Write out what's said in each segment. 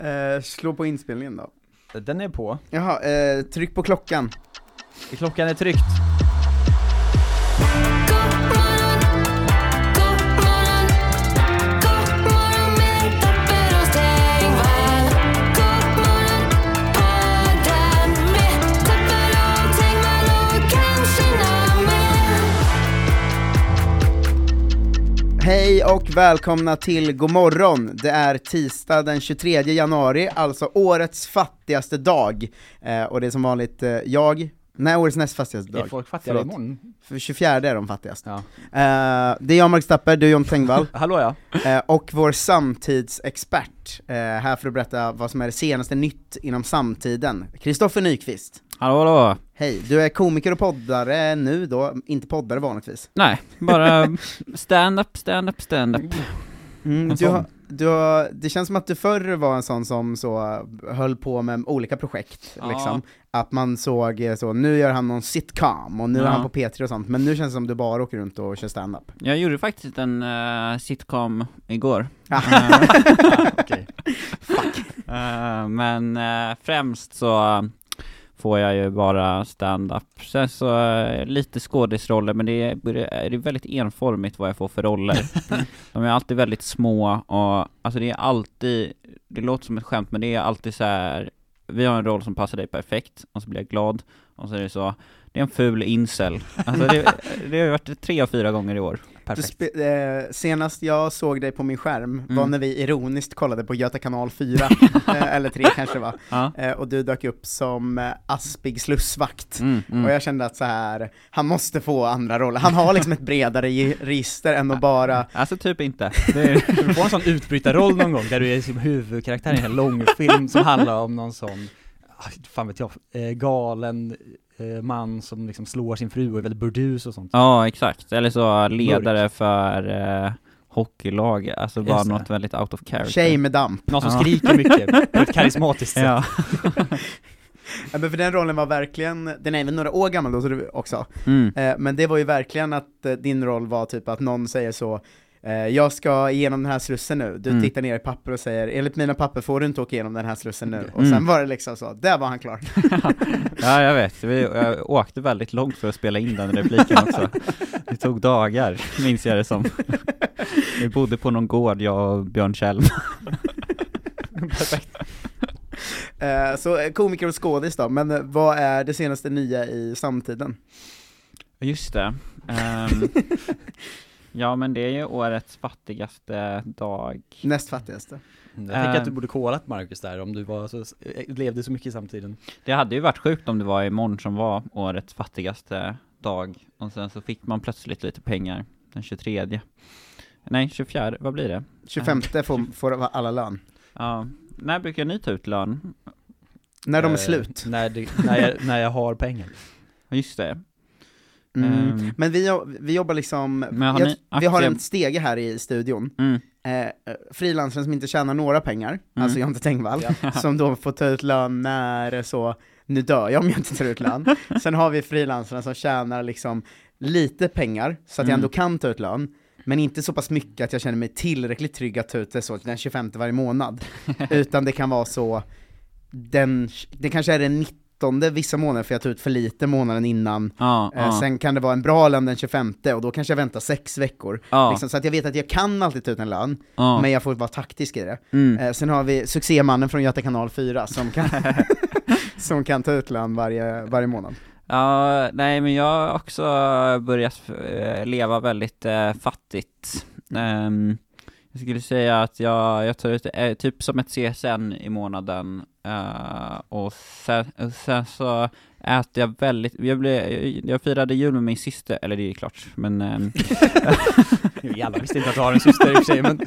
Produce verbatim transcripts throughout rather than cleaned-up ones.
Eh, slå på inspelningen då. Den är på. Jaha, eh, tryck på klockan. Klockan är tryckt. Hej och välkomna till God morgon. Det är tisdag den tjugotredje januari, alltså årets fattigaste dag. Eh, och det är som vanligt eh, jag, nej årets näst fattigaste dag. Är folk fattigare imorgon? För tjugofjärde är de fattigast. Ja. Eh, det är jag, Mark Stapper, du John Tengvall. Hallå ja. Eh, och vår samtidsexpert, eh, här för att berätta vad som är det senaste nytt inom samtiden. Kristoffer Nyqvist. Hallå, hallå. Hej, du är komiker och poddare nu då, inte poddare vanligtvis. Nej, bara stand-up, stand-up, stand-up. Mm, du har, du har, det känns som att du förr var en sån som så höll på med olika projekt, Ja. liksom. Att man såg så, nu gör han någon sitcom och nu Ja. är han på P tre och sånt, men nu känns det som du bara åker runt och kör stand-up. Jag gjorde faktiskt en uh, sitcom igår. Ah. Uh, Okej. Fuck. Uh, men uh, främst så får jag ju bara stand-up. Sen så uh, lite skådisroller, men det är, det är väldigt enformigt vad jag får för roller. De är alltid väldigt små och alltså det är alltid, det låter som ett skämt, men det är alltid så här: vi har en roll som passar dig perfekt, och så blir jag glad, och så är det så, det är en ful incel. Alltså det, det har varit tre och fyra gånger i år. Perfekt. Du spe- eh, senast jag såg dig på min skärm Mm. var när vi ironiskt kollade på Göta kanal fyra, eh, eller tre kanske va, Ja. eh, och du dök upp som eh, aspig slussvakt. Mm, mm. Och jag kände att så här, han måste få andra roller. Han har liksom ett bredare ge- register än att bara... Alltså typ inte. Det är... Du får en sån utbrytarroll någon gång där du är som huvudkaraktär i en långfilm som handlar om någon sån, fan vet jag, eh, galen eh, man som liksom slår sin fru och är väldigt burdus och sånt. Ja, exakt. Eller så ledare för eh, hockeylag. Alltså bara Just det. något väldigt out of character. Tjej med damp. Någon som Ja. skriker mycket på ett karismatiskt sätt. Ja. Ja, men för den rollen var verkligen, den är väl några år gammal då så det också. Mm. Eh, men det var ju verkligen att eh, din roll var typ att någon säger så, eh, jag ska igenom den här slussen nu. Du Mm. tittar ner i papper och säger, enligt mina papper får du inte åka igenom den här slussen nu. Och Mm. sen var det liksom så, där var han klar. Ja, jag vet. Vi, jag åkte väldigt långt för att spela in den repliken också. Det tog dagar, minns jag det som. Vi bodde på någon gård, jag och Björn Kjell. Perfekt. Eh, så eh, komiker och skådis då, men eh, vad är det senaste nya i samtiden? Just det. Ehm, ja, men det är ju årets fattigaste dag. Näst fattigaste. Jag tänker att du borde kollat Marcus där om du var så, levde så mycket i samtiden. Det hade ju varit sjukt om det var imorgon som var årets fattigaste dag. Och sen så fick man plötsligt lite pengar den tjugotredje. Nej, tjugofjärde, vad blir det? tjugofemte får, får alla lön. Ja, när brukar ni ta ut lön? När de är Eh, slut. När, det, när, jag, när jag har pengar. Just det. Mm. Ehm. Men vi, jo- vi jobbar liksom, Men har jag, ni vi har aktie- en stege här i studion. Mm. Eh, frilansaren som inte tjänar några pengar, Mm. alltså Jonte Tengvall, som då får ta ut lön när så, nu dör jag om jag inte tar ut lön. Sen har vi frilansarna som tjänar liksom lite pengar, så att jag Mm. ändå kan ta ut lön, men inte så pass mycket att jag känner mig tillräckligt trygg att ta ut det så den tjugofemte varje månad. Utan det kan vara så, den, det kanske är den nittonde vissa månader för jag tar ut för lite månaden innan. Ja, Eh, ja. Sen kan det vara en bra lön den tjugofemte och då kanske jag väntar sex veckor. Ja. Liksom, så att jag vet att jag kan alltid ta ut en lön, Ja. men jag får vara taktisk i det. Mm. Eh, sen har vi succémannen från Göta kanal fyra som kan, som kan ta ut lön varje, varje månad. Ja, nej, men jag har också börjat eh, leva väldigt eh, fattigt. Ehm, jag skulle säga att jag, jag tar ut eh, typ som ett C S N i månaden. Eh, och, sen, och sen så äter jag väldigt, jag, blev, jag firade jul med min syster, eller det är klart, men ehm, Alla visste inte att du har en syster i och för sig, men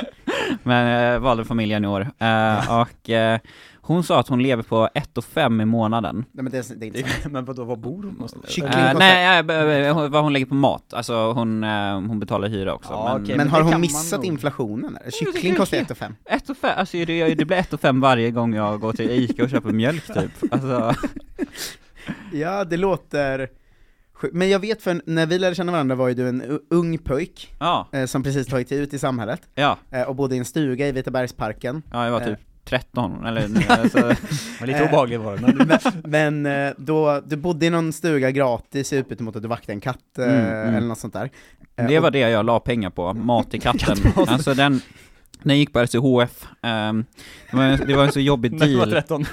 men äh, valde familjen i år. Uh, och uh, hon sa att hon lever på ett och fem i månaden. Nej, men det, är- det är inte sant. men vadå, var bor hon någonstans? Kyckling. Uh, kostar- nej, äh, b- b- vad hon lägger på mat. Alltså hon, uh, hon betalar hyra också. Ja, men okej. Men det har kan hon man missat nog. inflationen? Eller? det Kyckling kan kostar jag ett och fem. ett och fem, alltså det, det blir ett och fem varje gång jag går till Ica och köper mjölk typ. Alltså, Ja, det låter... sjukt. Men jag vet, för när vi lärde känna varandra var ju du en u- ung pojk ja, eh, som precis tagit sig ut i samhället ja, eh, och bodde i en stuga i Vitabergsparken. ja, jag var typ tretton, eller alltså, var lite obehaglig var det. Men, men eh, då, du bodde i någon stuga gratis i utbyte mot att du vaktade en katt eh, Mm, mm. eller något sånt där. Eh, det var och- det jag la pengar på, mat till katten. Alltså den, den gick på R C H F. Um, det, var en, det var en så jobbig när du var deal. tretton.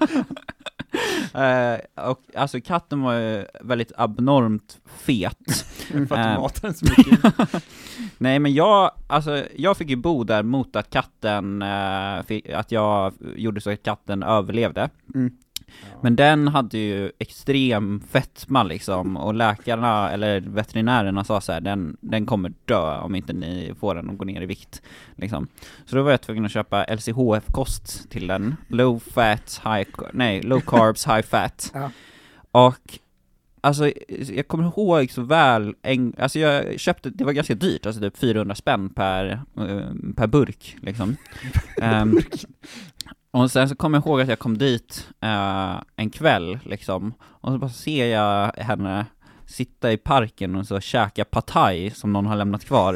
Uh, och alltså katten var ju väldigt abnormt fet. För att du Ehm. matade den så mycket. Nej men jag, alltså jag fick ju bo där mot att katten, uh, fick, att jag gjorde så att katten överlevde. Mm. Men den hade ju extrem fetma liksom, och läkarna eller veterinärerna sa så här, den, den kommer dö om inte ni får den att gå ner i vikt liksom. Så då var jag tvungen att köpa L C H F-kost till den, low fat, high, nej, low carbs, high fat. Ja. Och alltså jag kommer ihåg så väl en, alltså jag köpte, det var ganska dyrt, alltså typ fyrahundra spänn per, uh, per burk liksom. um, Och sen så kommer jag ihåg att jag kom dit uh, en kväll liksom, och så bara ser jag henne sitta i parken och så käka pad thai som någon har lämnat kvar.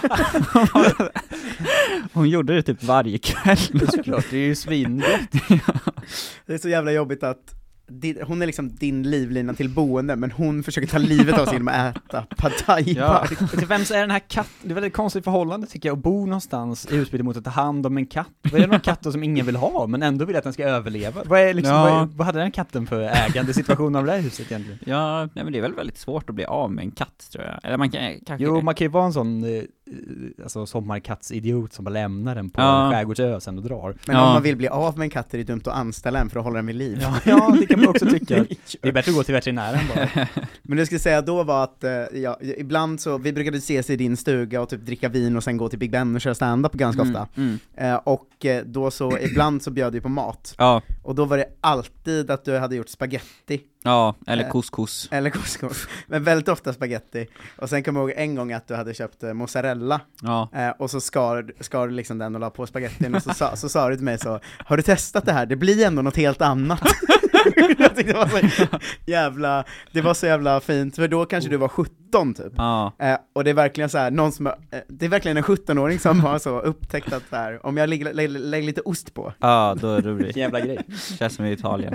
Hon gjorde det typ varje kväll. Såklart, det är ju svingott. Det är så jävla jobbigt att din, hon är liksom din livlina till boende, men hon försöker ta livet av sig genom att äta pad thai. Ja. Till vem är den här katten? Det är väldigt konstigt förhållande tycker jag, att bo någonstans i utbyte mot att ta hand om en katt. Vad är det någon katt då som ingen vill ha, men ändå vill att den ska överleva? Vad är liksom, Ja. vad, är, vad hade den katten för ägande situation av det här huset egentligen? Ja, nej, men det är väl väldigt svårt att bli av med en katt tror jag. Eller man kan kanske... Jo, man kan ju vara en sån eh, alltså sommarkattsidiot som bara lämnar den på Ja. en skärgårdsö sen och drar. Men Ja. om man vill bli av med en katt är det dumt att anställa en för att hålla den vid liv. Ja, ja, det kan man också tycka. Det är bättre att gå till veterinären bara. Men det jag skulle säga då var att, eh, ja, ibland så, vi brukade ses i din stuga och typ dricka vin och sen gå till Big Ben och köra stand-up ganska Mm, ofta. mm. Eh, och eh, då så, ibland så bjöd vi på mat. Ja, Och då var det alltid att du hade gjort spaghetti, ja, eller Eh. couscous. eller couscous, men väldigt ofta spaghetti. Och sen kommer jag ihåg en gång att du hade köpt eh, mozzarella, Ja. eh, och så skar, skar du liksom den och la på spagettin, och så, sa, så sa du till mig så, har du testat det här? Det blir ändå något helt annat. Jag tyckte det var så jävla, det var så jävla fint, för då kanske du var sjutton typ. Ja. Eh, och det är verkligen så här, någon som, eh, det är verkligen en sjutton-åring som har så upptäckt att så här, om jag lägger, lägger, lägger lite ost på. Ja, då är det Vilken roligt. jävla grej. Känns som i Italien.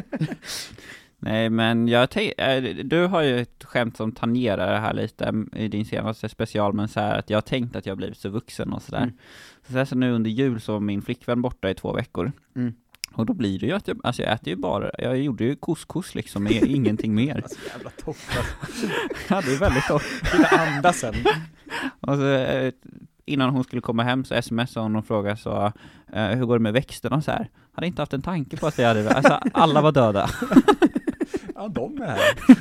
Nej, men jag tänk, äh, du har ju ett skämt som tangerar det här lite i din senaste special, men så här att jag har tänkt att jag har blivit så vuxen och sådär. Mm. Så, så, här, så nu under jul så var min flickvän borta i två veckor. Mm. Och då blir det ju att jag, alltså jag äter ju bara, jag gjorde ju couscous liksom, med ingenting mer. Alltså jävla topp alltså. Ja, det är väldigt topp. Lite andas sen. Och så, eh, innan hon skulle komma hem så smsade hon och frågade så, eh, hur går det med växterna och så här. Hade inte haft en tanke på att jag hade, alltså alla var döda. Ja, de är här.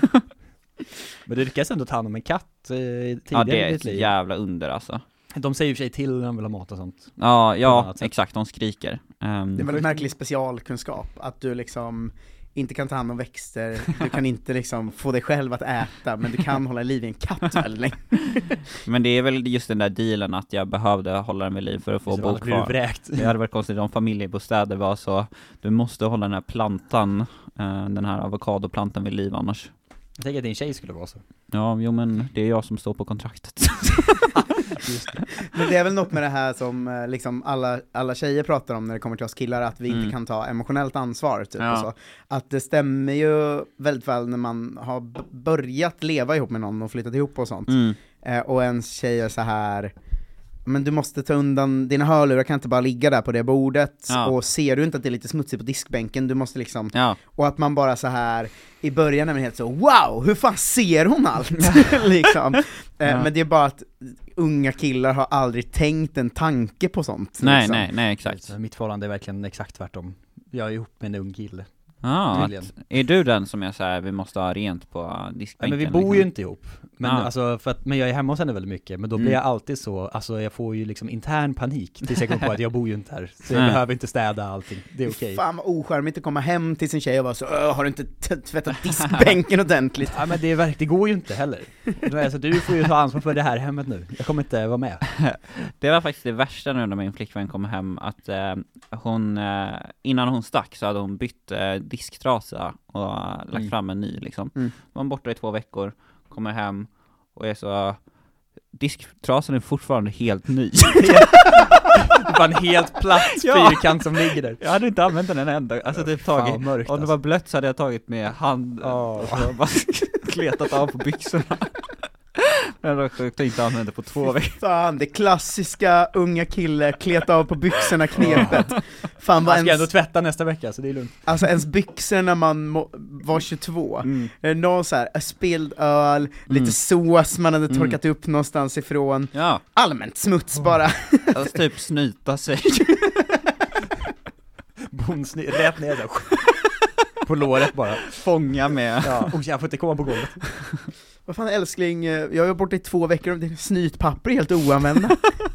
Men du lyckas ändå ta hand om en katt eh, tidigare Ja, det i är ditt ett liv. jävla under alltså. De säger ju för sig till när de vill ha mat och sånt. Ja, På ja, annat sätt. exakt, de skriker. Um, Det är en väldigt märklig specialkunskap, att du liksom inte kan ta hand om växter, du kan inte liksom få dig själv att äta, men du kan hålla liv i en katt väldigt länge. Men det är väl just den där dealen att jag behövde hålla den vid liv för att få Så bo annars blir du kvar. vräkt. Det hade varit konstigt om familjebostäder var så, du måste hålla den här plantan, eh, den här avokadoplantan vid liv annars. Jag tänker att din tjej skulle vara så. Ja, jo men det är jag som står på kontraktet. Just det. Men det är väl något med det här som eh, liksom alla, alla tjejer pratar om när det kommer till oss killar, att vi Mm. inte kan ta emotionellt ansvar typ, Ja. och så. Att det stämmer ju väldigt väl när man har b- börjat leva ihop med någon och flyttat ihop och sånt. Mm. Eh, och ens tjej är så här, men du måste ta undan, dina hörlurar kan inte bara ligga där på det bordet, Ja. och ser du inte att det är lite smutsigt på diskbänken, du måste liksom, Ja, och att man bara så här i början är man helt så, wow, hur fan ser hon allt? liksom. eh, Ja. Men det är bara att unga killar har aldrig tänkt en tanke på sånt. nej, liksom. nej, nej, exakt. Så mitt förhållande är verkligen exakt tvärtom. Jag är ihop med en ung kille. Ja, Tydligen. att, är du den som är så här, vi måste ha rent på Nej, diskbänken? men vi bor ju liksom? inte ihop. Men, Ja. alltså, för att, men jag är hemma hos henne väldigt mycket. Men då blir Mm. jag alltid så, alltså jag får ju liksom intern panik tills jag kommer på att jag bor ju inte här. Så jag Nej. behöver inte städa allting. Det är okej. Fan vad ocharmigt att komma hem till sin tjej och vara så, "Åh, har du inte t- tvättat diskbänken ordentligt?" Ja, men det, är verk- det går ju inte heller. Alltså, du får ju ta ansvar för det här hemmet nu. Jag kommer inte vara med. Det var faktiskt det värsta nu när min flickvän kom hem, att eh, hon, eh, innan hon stack så hade hon bytt eh, disktrasa och lagt Mm. fram en ny liksom. Mm. Var borta i två veckor, kommer hem och är så, disktrasan är fortfarande helt ny. Det var en helt platt Ja. fyrkant som ligger där. Jag hade inte använt den en enda. Alltså typ tagit, Fan, mörkt, om det var blött så hade jag tagit med hand Ja. och så bara kletat av på byxorna. Men det var sjukt att inte använda det på två veckor. Fan, det klassiska unga kille kleta av på byxorna knepet. Fan, vad Man ska ändå ens, tvätta nästa vecka, så det är lugnt. alltså ens byxor när man må, var tjugotvå. Mm. Är det någon så här, spilld öl, lite Mm. sås man hade Mm. torkat upp någonstans ifrån. Ja, Allmänt smuts bara. alltså typ snyta sig. Bonsny, rätt ner där. På låret bara. Fånga med. Ja. Och jag får inte komma på golvet. Vad fan älskling, jag har varit borta i två veckor och det snytpapper är helt oanvända.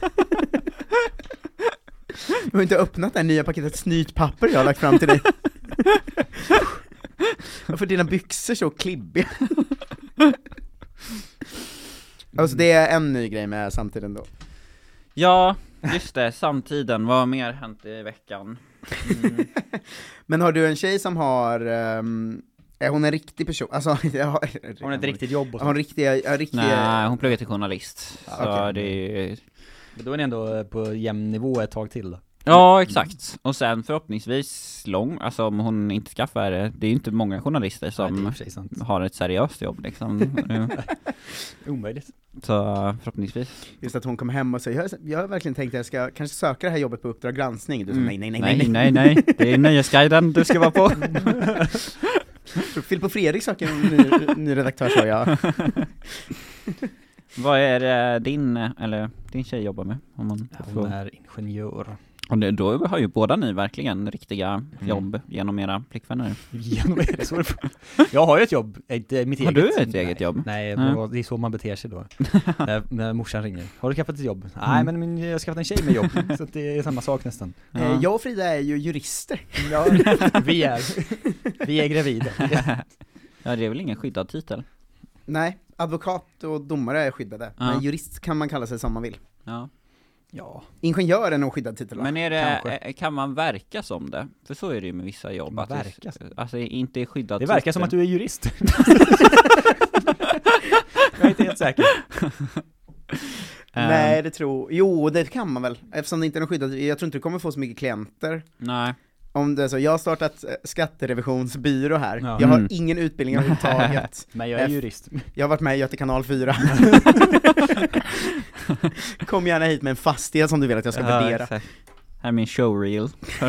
Du har inte öppnat det här nya paketet snytpapper jag har lagt fram till dig. Varför är dina byxor så klibbiga? Alltså det är en ny grej med samtiden då. Ja, just det, samtiden. Vad har mer hänt i veckan? Mm. Men har du en tjej som har, um, är hon en riktig person? Alltså, jag har, Hon har ett riktigt jobb och har hon så. riktiga, riktiga... Nej, hon pluggar till journalist. Ja, Så okej. det är ju... Men då är ni ändå på jämn nivå ett tag till då. Ja, exakt. Och sen förhoppningsvis lång, alltså om hon inte skaffar det, det är ju inte många journalister Nej, det är i som och för sig sant. har ett seriöst jobb liksom. Omöjligt. Så förhoppningsvis. Just att hon kom hem och säger, jag, jag har verkligen tänkt att jag ska kanske söka det här jobbet på Uppdrag granskning. Du sa, Mm. nej, nej, nej, nej, nej, nej, nej. Det är Nöjesguiden du ska vara på. Filip och Fredrik söker en ny, ny redaktör, sa jag. Vad är det din, eller din tjej jobbar med? Om man Hon får... är ingenjör. Och det, då har ju båda ni verkligen riktiga Mm. jobb genom era flickvänner. Genom är det så det får- Jag har ju ett jobb, inte mitt Har eget. du ett Nej. eget jobb? Nej, Nej. det är så man beter sig då. när, när morsan ringer. Har du skaffat ett jobb? Nej, Mm. men min, jag har skaffat en tjej med jobb. Så att det är samma sak nästan. Ja. Eh, Jag och Frida är ju jurister. Ja, vi är vi är gravida. Ja, det är väl ingen skyddad titel? Nej, advokat och domare är skyddade. Ja. Men jurist kan man kalla sig som man vill. Ja. Ja. Ingenjör är nog skyddad titel, va? Men är det, Kanske. eh, kan man verka som det? För så är det ju med vissa jobb. Kan man Att det, verka som alltså inte är skyddad Det verkar titel. som att du är jurist. Jag är inte helt säker. Eh, Nej, det tror... Jo, det kan man väl. Eftersom det inte är någon skyddad... Jag tror inte du kommer få så mycket klienter. Nej. Om det är så. Jag har startat eh, skatterevisionsbyrå här. Ja. Jag har Mm. ingen utbildning överhuvudtaget. Men jag är F- jurist. Jag har varit med i Göte kanal fyra. Kom gärna hit med en fastighet som du vill att jag ska Ja, värdera. exakt. Här är min showreel.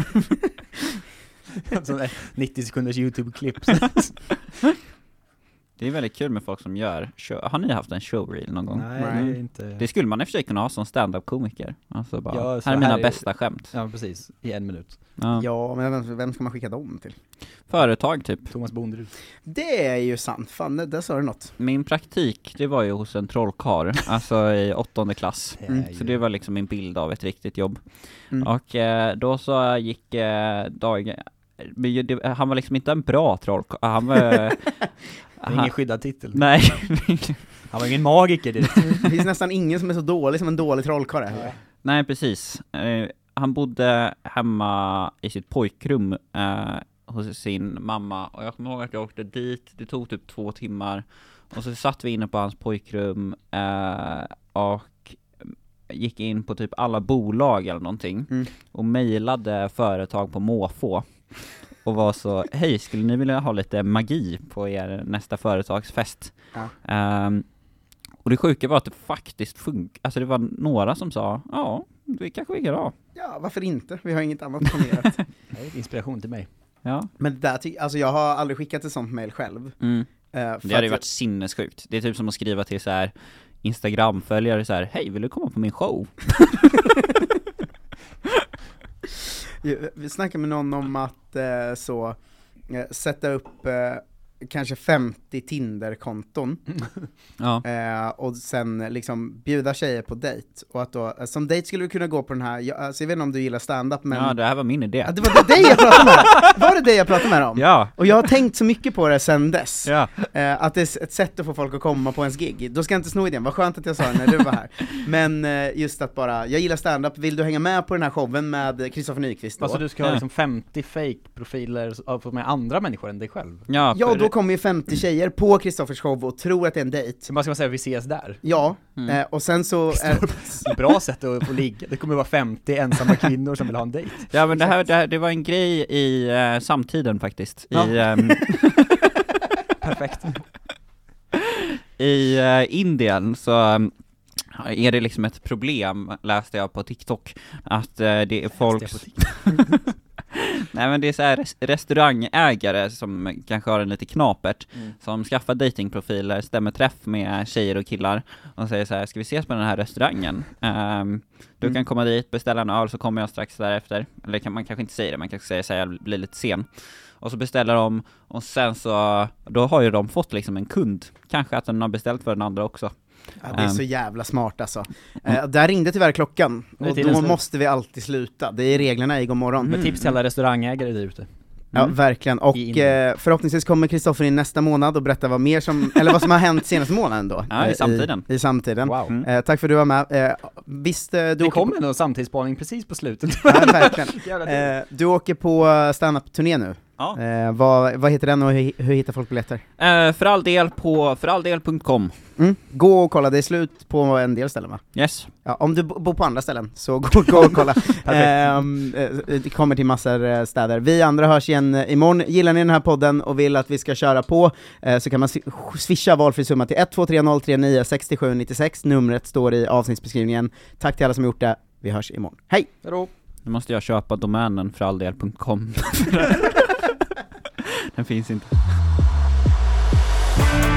Sån där nittio sekunders YouTube-klipp. Det är väldigt kul med folk som gör show. Har ni haft en showreel någon gång? Nej, Nej. det är inte. Det skulle man i och för sig kunna ha som stand-up-komiker. Alltså bara, Ja, så här är mina här är- bästa skämt. Ja, precis. I en minut. Ja. Ja, men vem, vem ska man skicka dem till? Företag typ. Thomas Bonderud. Det är ju sant, fan, det, där sa du något. Min praktik, det var ju hos en trollkarl, alltså i åttonde klass. Mm. Så det var liksom min bild av ett riktigt jobb. Mm. Och eh, då så gick eh, Dag... men ju- det- Han var liksom inte en bra trollkarl. Han var... Det är han, ingen skyddad titel. nej. Han var ingen magiker direkt. Det finns nästan ingen som är så dålig som en dålig trollkarl är. nej, precis. Eh, han bodde hemma i sitt pojkrum eh, hos sin mamma. Och jag kommer ihåg att jag åkte dit. Det tog typ två timmar. Och så satt vi inne på hans pojkrum eh, och gick in på typ alla bolag eller någonting. Mm. Och mejlade företag på måfå. Och var så, hej, skulle ni vilja ha lite magi på er nästa företagsfest? Ja. Ehm, och det sjuka var att det faktiskt funkar. Alltså det var några som sa, ja, det kanske vi kan ha. Ja, varför inte? Vi har inget annat planerat. Det är inspiration till mig. Ja. Men det där, ty- alltså jag har aldrig skickat ett sånt mail själv. Mm. Eh, för Det att hade ju jag- varit sinnessjukt. Det är typ som att skriva till så här Instagram-följare så här, hej, vill du komma på min show? ju- Vi snackade med någon om att eh, så eh, sätta upp eh, kanske femtio Tinder-konton Ja. eh, och sen liksom bjuda tjejer på dejt. Och att då, eh, som dejt skulle du kunna gå på den här, jag, alltså jag vet inte om du gillar stand-up, men Ja, det här var min idé. ja, det var det, det jag pratade med Var det det jag pratade med om? Ja. Och jag har tänkt så mycket på det sen dess. Ja. Eh, att det är ett sätt att få folk att komma på ens gig. Då ska jag inte sno idén, vad skönt att jag sa det när du var här. Men eh, just att bara, jag gillar stand-up, vill du hänga med på den här showen med Kristoffer Nyqvist då? Alltså du ska ha Ja. liksom femtio fake-profiler av med andra människor än dig själv. Ja, Ja, för då kommer ju femtio tjejer på Kristoffers show och tror att det är en dejt. Så man ska säga vi ses där. Ja, Mm. eh, och sen så... Är... Bra sätt att få ligga. Det kommer vara femtio ensamma kvinnor som vill ha en dejt. Ja men det här, det här det var en grej i uh, samtiden faktiskt. Ja. I, um, Perfekt. I uh, Indien så um, är det liksom ett problem, läste jag på TikTok, att uh, det är folk... Nej men det är så här res- restaurangägare som kanske har en lite knapert Mm. som skaffar datingprofiler, stämmer träff med tjejer och killar och säger så här: ska vi ses på den här restaurangen? Um, du Mm. kan komma dit, beställa en öl så kommer jag strax därefter. Eller kan, man kanske inte säger det, man kanske säger så här, jag blir lite sen. Och så beställer de och sen så, då har ju de fått liksom en kund. Kanske att den har beställt för den andra också. Ja, det är Um. så jävla smart alltså. Eh, där ringde tyvärr klockan, Det är och tiden då slut. måste vi alltid sluta. Det är reglerna i God morgon. Med tips till alla restaurangägare där ute. Ja, Mm. verkligen. Och I Indien. eh, förhoppningsvis kommer Kristoffer in nästa månad och berätta vad mer som, eller vad som har hänt senaste månaden då. Ja, i eh, samtiden. I, i samtiden. Wow. Mm. Eh, tack för att du var med. Eh, visst, eh, du Det åker kommer nog samtidsspaning precis på slutet. på, ja, verkligen. Jävla tid. Eh, du åker på stand-up-turné nu. Ja. Eh, vad, vad heter den och hur, hur hittar folk biljetter? Uh, för all del på föralldel punkt com. Mm. Gå och kolla, det är slut på en del ställen va? Yes. Ja, om du bo- bor på andra ställen, så gå, gå och kolla. Ehm, eh, det kommer till massor eh, städer. Vi andra hörs igen eh, imorgon. Gillar ni den här podden och vill att vi ska köra på, eh, så kan man swi- swisha valfri summa till ett två tre noll tre nio sex sju nio sex. Numret står i avsnittsbeskrivningen. Tack till alla som har gjort det. Vi hörs imorgon. Hej! Hejdå. Nu måste jag köpa domänen för alldel punkt com. Den finns inte.